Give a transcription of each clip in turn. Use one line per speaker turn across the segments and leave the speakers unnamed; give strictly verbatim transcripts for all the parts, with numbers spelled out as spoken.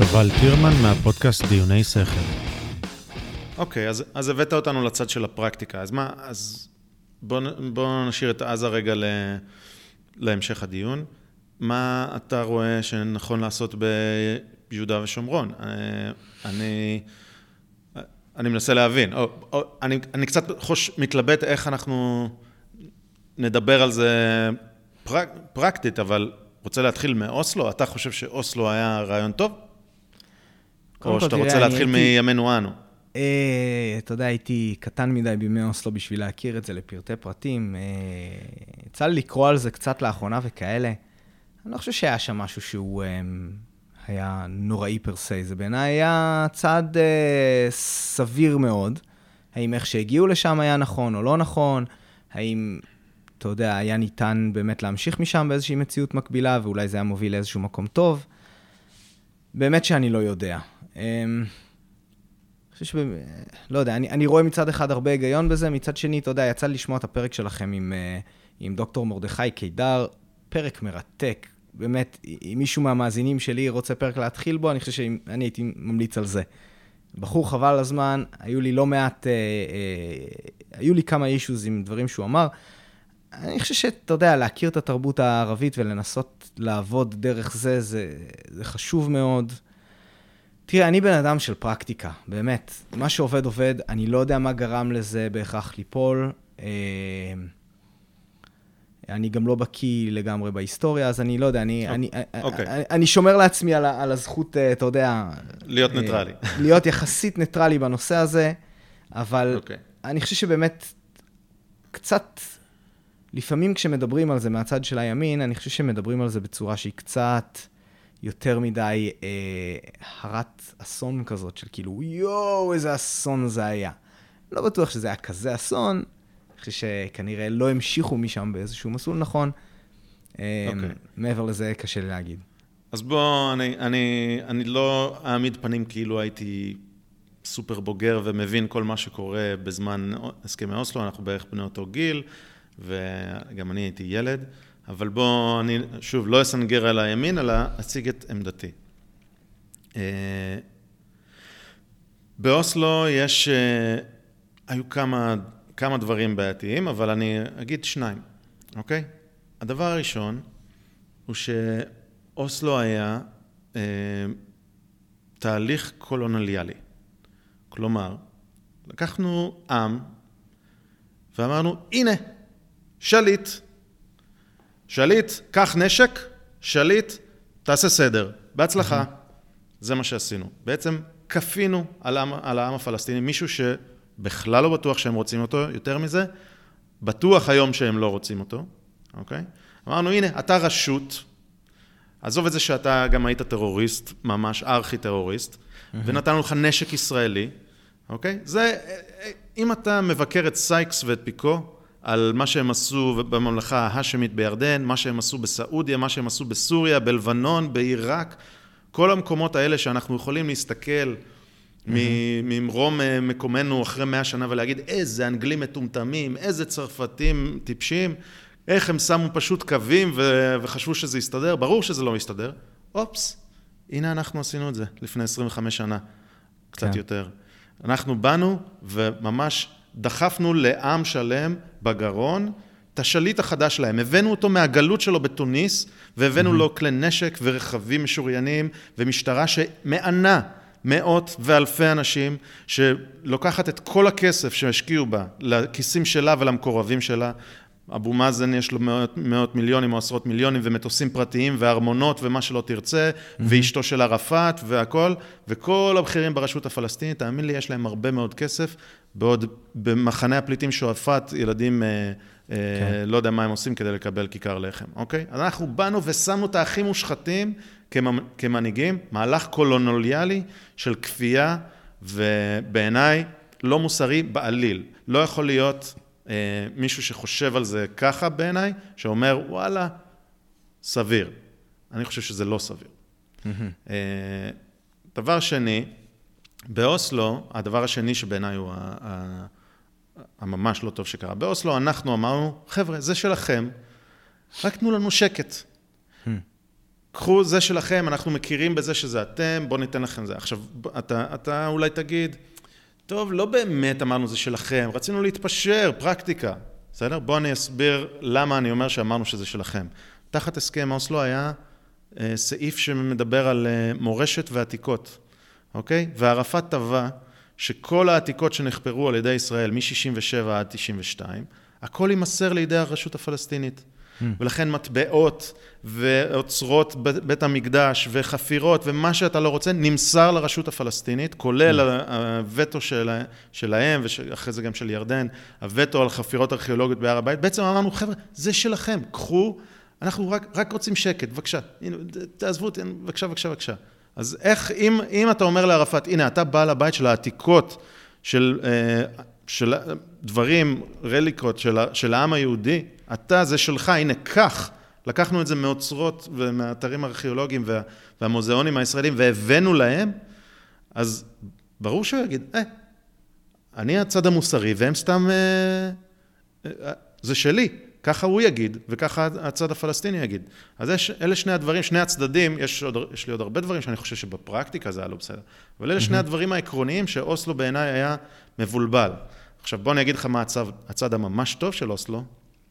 יובל טירמן מהפודקאסט דיוני שכל.
אוקיי, אז, אז הבאת אותנו לצד של הפרקטיקה. אז מה, אז בוא, בוא נשאיר את אז הרגע ל, להמשך הדיון. מה אתה רואה שנכון לעשות ביהודה ושומרון? אני, אני מנסה להבין. או, או, אני, אני קצת חוש, מתלבט איך אנחנו נדבר על זה פרק, פרקטית, אבל רוצה להתחיל מאוסלו? אתה חושב שאוסלו היה רעיון טוב? או שאתה רוצה להתחיל מימינו אנו?
אתה יודע, הייתי קטן מדי בימי אוסלו בשביל להכיר את זה לפרטי פרטים. יצא לי לקרוא על זה קצת לאחרונה וכאלה. אני לא חושב שהיה שם משהו שהוא היה נוראי פרסי. זה בעיניי היה צעד סביר מאוד. האם איך שהגיעו לשם היה נכון או לא נכון? האם, אתה יודע, היה ניתן באמת להמשיך משם באיזושהי מציאות מקבילה, ואולי זה היה מוביל לאיזשהו מקום טוב? באמת שאני לא יודע. חושב לא יודע, אני, אני רואה מצד אחד הרבה היגיון בזה, מצד שני, אתה יודע, יצא לי לשמוע את הפרק שלכם עם, עם דוקטור מרדכי קידר, פרק מרתק, באמת, אם מישהו מהמאזינים שלי רוצה פרק להתחיל בו, אני חושב שאני הייתי ממליץ על זה. בחור חבל הזמן, היו לי לא מעט, אה, אה, היו לי כמה אישוז עם דברים שהוא אמר, אני חושב שאתה יודע, להכיר את התרבות הערבית ולנסות לעבוד דרך זה, זה, זה חשוב מאוד. תראה, אני בן אדם של פרקטיקה, באמת. מה שעובד עובד, אני לא יודע מה גרם לזה בהכרח ליפול. אני גם לא בקיא לגמרי בהיסטוריה, אז אני לא יודע, אני, okay. אני, okay. אני, אני שומר לעצמי על, על הזכות, אתה יודע...
להיות ניטרלי.
להיות יחסית ניטרלי בנושא הזה, אבל okay. אני חושב שבאמת קצת, לפעמים כשמדברים על זה מהצד של הימין, אני חושב שמדברים על זה בצורה שהיא קצת... יותר מדי אה, הרת אסון כזאת, של כאילו, יואו, איזה אסון זה היה. לא בטוח שזה היה כזה אסון, אני חושב שכנראה לא המשיכו משם באיזשהו מסלול נכון. אה, okay. מעבר לזה קשה לי להגיד.
אז בוא, אני, אני, אני לא אעמיד פנים כאילו הייתי סופר בוגר ומבין כל מה שקורה בזמן הסכמי אוסלו, אנחנו בערך בני אותו גיל, וגם אני הייתי ילד. אבל בוא, אני שוב לא אסנגר על הימין, אלא אציג את עמדתי. באוסלו יש, היו כמה, כמה דברים בעייתיים, אבל אני אגיד שניים, אוקיי? הדבר הראשון הוא שאוסלו היה אה, תהליך קולוניאלי. כלומר, לקחנו עם ואמרנו, הנה, שליט, שליט, קח נשק, שליט, תעשה סדר. בהצלחה. זה מה שעשינו. בעצם כפינו על העם, על העם הפלסטיני, מישהו שבכלל לא בטוח שהם רוצים אותו, יותר מזה, בטוח היום שהם לא רוצים אותו, אוקיי? אמרנו, הנה, אתה רשות, עזוב את זה שאתה גם היית טרוריסט, ממש ארכי-טרוריסט, ונתנו לך נשק ישראלי, אוקיי? זה, אם אתה מבקר את סייקס ואת פיקו, על מה שהם עשו בממלכה ההשמית בירדן, מה שהם עשו בסעודיה, מה שהם עשו בסוריה, בלבנון, בעיראק, כל המקומות האלה שאנחנו יכולים להסתכל ממרום מקומנו אחרי מאה שנה ולהגיד איזה אנגלים מטומטמים, איזה צרפתים טיפשים, איך הם שמו פשוט קווים וחשבו שזה יסתדר, ברור שזה לא יסתדר. אופס, הנה אנחנו עשינו את זה לפני עשרים וחמש שנה, קצת יותר. אנחנו באנו וממש דחפנו לעם שלם בגרון, את השליט החדש שלהם. הבאנו אותו מהגלות שלו בתוניס, והבאנו mm-hmm. לו כלי נשק ורכבים משוריינים, ומשטרה שמענה מאות ואלפי אנשים, שלוקחת את כל הכסף שהשקיעו בה, לכיסים שלה ולמקורבים שלה. אבו מאזן יש לו מאות, מאות מיליונים או עשרות מיליונים, ומטוסים פרטיים וארמונות ומה שלא תרצה, mm-hmm. ואשתו של ערפאת והכל, וכל הבכירים ברשות הפלסטינית, תאמין לי, יש להם הרבה מאוד כסף, בעוד במחנה הפליטים שועפאט, ילדים אה, אה, כן. לא יודע מה הם עושים כדי לקבל כיכר לחם, אוקיי? אז אנחנו באנו ושמנו את האחים מושחתים כמנהיגים, מהלך קולוניאלי של כפייה, ובעיניי לא מוסרי בעליל. לא יכול להיות אה, מישהו שחושב על זה ככה בעיניי, שאומר, וואלה, סביר. אני חושב שזה לא סביר. Mm-hmm. אה, דבר שני, באוסלו, הדבר השני שבעיניי הוא הממש לא טוב שקרה. באוסלו אנחנו אמרנו, חבר'ה, זה שלכם, רק תנו לנו שקט. קחו זה שלכם, אנחנו מכירים בזה שזה אתם, בואו ניתן לכם זה. עכשיו, אתה, אתה אולי תגיד, טוב, לא באמת אמרנו זה שלכם, רצינו להתפשר, פרקטיקה. בסדר? בואו אני אסביר למה אני אומר שאמרנו שזה שלכם. תחת הסכם אוסלו היה אה, סעיף שמדבר על אה, מורשת ועתיקות, אוקיי? וערפאת טבע שכל העתיקות שנחפרו על ידי ישראל מ-שישים ושבע עד תשעים ושתיים, הכל יימסר לידי הרשות הפלסטינית. Mm. ולכן מטבעות ואוצרות בית המקדש וחפירות ומה שאתה לא רוצה נמסר לרשות הפלסטינית, כולל mm. הווטו שלה, שלהם ואחרי זה גם של ירדן, הווטו על חפירות ארכיאולוגיות בהר הבית. בעצם אמרנו, חבר'ה, זה שלכם, קחו, אנחנו רק, רק רוצים שקט, בבקשה, הנה, תעזבו אותי, בבקשה, בבקשה, בבקשה. אז איך, אם, אם אתה אומר לערפאת, הנה, אתה בא לבית של העתיקות, של, של דברים, רליקות של, של העם היהודי, אתה זה שלך, הנה, כך, לקחנו את זה מאוצרות ומאתרים ארכיאולוגיים וה, והמוזיאונים הישראלים, והבאנו להם, אז ברור שהוא יגיד, אה, אני הצד המוסרי, והם סתם, אה, אה, זה שלי. ככה הוא יגיד, וככה הצד הפלסטיני יגיד. אז יש, אלה שני הדברים, שני הצדדים, יש, עוד, יש לי עוד הרבה דברים שאני חושב שבפרקטיקה זה היה לא בסדר, אבל אלה שני הדברים העקרוניים שאוסלו בעיניי היה מבולבל. עכשיו בוא אני אגיד לך מה הצד, הצד הממש טוב של אוסלו.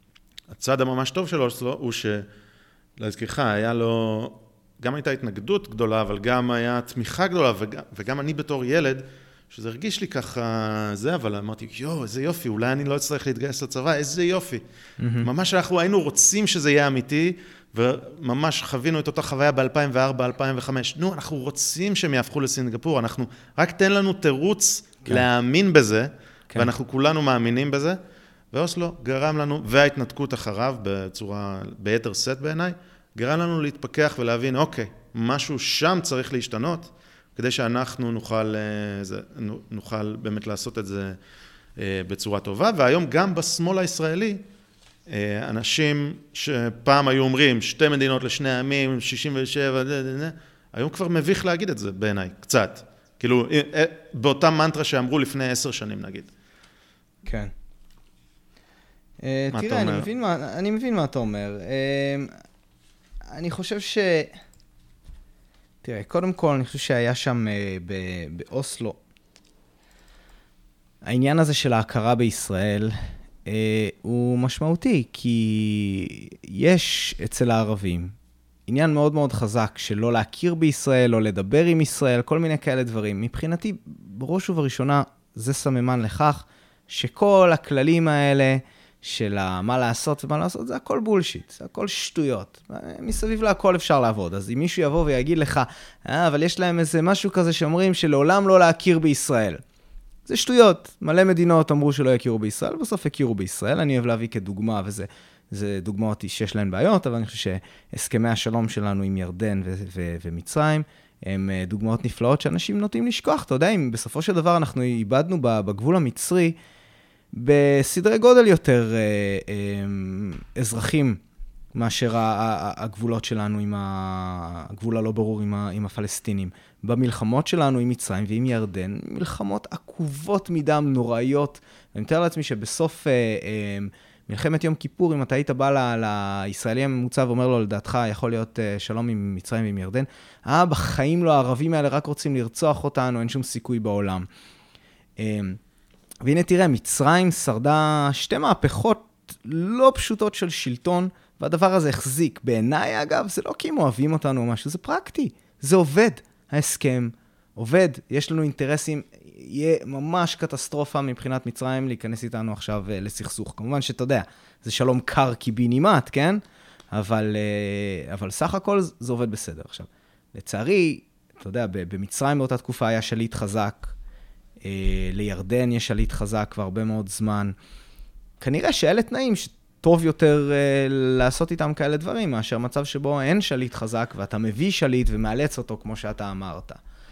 הצד הממש טוב של אוסלו הוא שלהזכירך, היה לו, גם הייתה התנגדות גדולה, אבל גם היה תמיכה גדולה, וגם, וגם אני בתור ילד, שזה הרגיש לי ככה זה, אבל אמרתי, יו, איזה יופי, אולי אני לא אצטרך להתגייס לצבא, איזה יופי. Mm-hmm. ממש אנחנו היינו רוצים שזה יהיה אמיתי, וממש חווינו את אותה חוויה ב-אלפיים וארבע אלפיים וחמש. נו, אנחנו רוצים שהם יהפכו לסינגפור, אנחנו, רק תן לנו תירוץ כן. להאמין בזה, כן. ואנחנו כולנו מאמינים בזה, ואוסלו גרם לנו, וההתנתקות אחריו בצורה, ביתר סט בעיניי, גרם לנו להתפכח ולהבין, אוקיי, משהו שם צריך להשתנות, כדי שאנחנו נוכל, נוכל באמת לעשות את זה בצורה טובה. והיום גם בשמאל הישראלי, אנשים שפעם היו אומרים, שתי מדינות לשני עמים, שישים ושבע, היום כבר מביך להגיד את זה בעיניי, קצת. כאילו, באותה מנטרה שאמרו לפני עשר שנים, נגיד.
כן. תראה, אני מבין מה, אני מבין מה אתה אומר. אני חושב ש... תראה, קודם כל, אני חושב שהיה שם באוסלו, העניין הזה של ההכרה בישראל הוא משמעותי, כי יש אצל הערבים עניין מאוד מאוד חזק של לא להכיר בישראל, לא לדבר עם ישראל, כל מיני כאלה דברים. מבחינתי, בראש ובראשונה, זה סממן לכך שכל הכללים האלה של מה לעשות ומה לעשות, זה הכל בולשיט, זה הכל שטויות. מסביב להכל אפשר לעבוד. אז אם מישהו יבוא ויגיד לך, אה, אבל יש להם איזה משהו כזה שאומרים שלעולם לא להכיר בישראל. זה שטויות. מלא מדינות אמרו שלא יכירו בישראל, בסוף הכירו בישראל. אני אוהב להביא כדוגמה, וזה זה דוגמאות שיש להן בעיות, אבל אני חושב שהסכמי השלום שלנו עם ירדן ו- ו- ומצרים, הם דוגמאות נפלאות שאנשים נוטים לשכוח. אתה יודע, אם בסופו של דבר אנחנו איבדנו בגבול המצרי, בסדרי גודל יותר אה, אה, אזרחים מאשר הגבולות שלנו עם הגבול הלא ברור עם, ה, עם הפלסטינים. במלחמות שלנו עם מצרים ועם ירדן, מלחמות עקובות מדם, נוראיות. אני מתאר לעצמי שבסוף אה, אה, מלחמת יום כיפור, אם אתה היית בא ל, לישראלי הממוצע ואומר לו, לדעתך יכול להיות אה, שלום עם מצרים ועם ירדן, אה, בחיים לא, הערבים האלה רק רוצים לרצוח אותנו, אין שום סיכוי בעולם. אה, והנה תראה, מצרים שרדה שתי מהפכות לא פשוטות של שלטון, והדבר הזה החזיק. בעיניי, אגב, זה לא כי הם אוהבים אותנו או משהו, זה פרקטי. זה עובד. ההסכם עובד. יש לנו אינטרסים, יהיה ממש קטסטרופה מבחינת מצרים להיכנס איתנו עכשיו לסכסוך. כמובן שאתה יודע, זה שלום קר קיבינימט, כן? אבל, אבל סך הכל זה עובד בסדר. עכשיו, לצערי, אתה יודע, במצרים באותה תקופה היה שליט חזק, לירדן יש שליט חזק כבר הרבה מאוד זמן. כנראה שאלה תנאים שטוב יותר לעשות איתם כאלה דברים, מאשר מצב שבו אין שליט חזק, ואתה מביא שליט ומאלץ אותו כמו שאתה אמרת.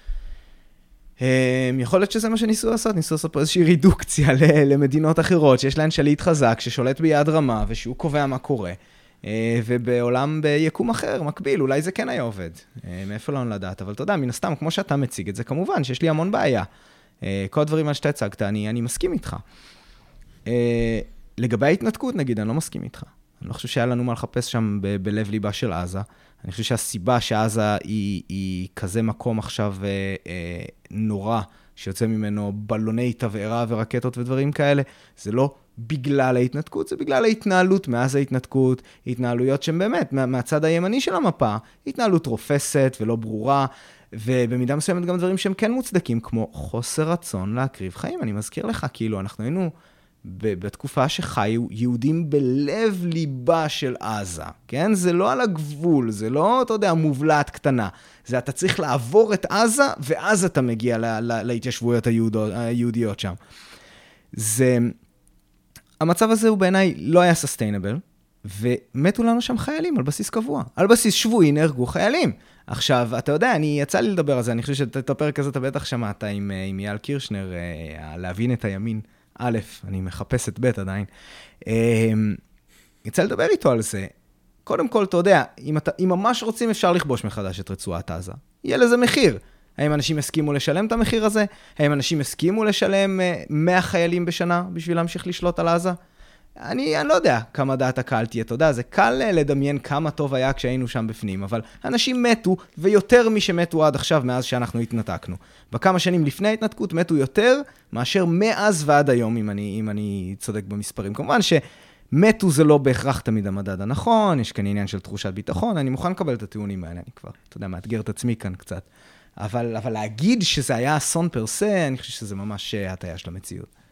יכול להיות שזה מה שניסו לעשות, ניסו לעשות פה איזושהי רידוקציה למדינות אחרות, שיש להן שליט חזק, ששולט ביד רמה, ושהוא קובע מה קורה. ובעולם ביקום אחר, מקביל, אולי זה כן היה עובד. מאיפה לא לדעת, אבל אתה יודע, מן הסתם, כמו שאתה מציג את זה, כמובן שיש לי המון בעיה. כל הדברים על שאתה הצגת, אני, אני מסכים איתך. לגבי ההתנתקות, נגיד, אני לא מסכים איתך. אני לא חושב שהיה לנו מה לחפש שם ב- בלב ליבה של עזה. אני חושב שהסיבה שעזה היא, היא כזה מקום עכשיו אה, אה, נורא, שיוצא ממנו בלוני תבערה ורקטות ודברים כאלה, זה לא בגלל ההתנתקות, זה בגלל ההתנהלות מאז ההתנתקות, התנהלויות שהן באמת, מה, מהצד הימני של המפה, התנהלות רופסת ולא ברורה, ובמידה מסוימת גם דברים שהם כן מוצדקים, כמו חוסר רצון להקריב חיים. אני מזכיר לך, כאילו, אנחנו היינו בתקופה שחיו יהודים בלב ליבה של עזה, כן? זה לא על הגבול, זה לא, אתה יודע, מובלעת קטנה. זה אתה צריך לעבור את עזה, ואז אתה מגיע לה, לה, להתיישבויות היהודות, היהודיות שם. זה... המצב הזה הוא בעיניי לא היה סוסטיינבל, ומתו לנו שם חיילים על בסיס קבוע. על בסיס שבועי נהרגו חיילים. עכשיו, אתה יודע, אני יצא לי לדבר על זה, אני חושב שאת הפרק הזה אתה בטח שמעת עם, עם יעל קירשנר, להבין את הימין. א', אני מחפש את ב' עדיין. יצא לדבר איתו על זה. קודם כל, אתה יודע, אם, אתה, אם ממש רוצים, אפשר לכבוש מחדש את רצועת עזה. יהיה לזה מחיר. האם אנשים הסכימו לשלם את המחיר הזה? האם אנשים הסכימו לשלם מאה חיילים בשנה בשביל להמשיך לשלוט על עזה? אני, אני לא יודע כמה דעת הקהל תהיה, אתה יודע, זה קל לדמיין כמה טוב היה כשהיינו שם בפנים, אבל אנשים מתו, ויותר מי שמתו עד עכשיו מאז שאנחנו התנתקנו. בכמה שנים לפני ההתנתקות מתו יותר, מאשר מאז ועד היום, אם אני, אם אני צודק במספרים. כמובן שמתו זה לא בהכרח תמיד המדד הנכון, יש כאן עניין של תחושת ביטחון, אני מוכן לקבל את הטיעונים האלה, אני כבר, אתה יודע, מאתגר את עצמי כאן קצת. אבל, אבל להגיד שזה היה אסון פרסה, אני חושב שזה ממש הטעיה של המציאות.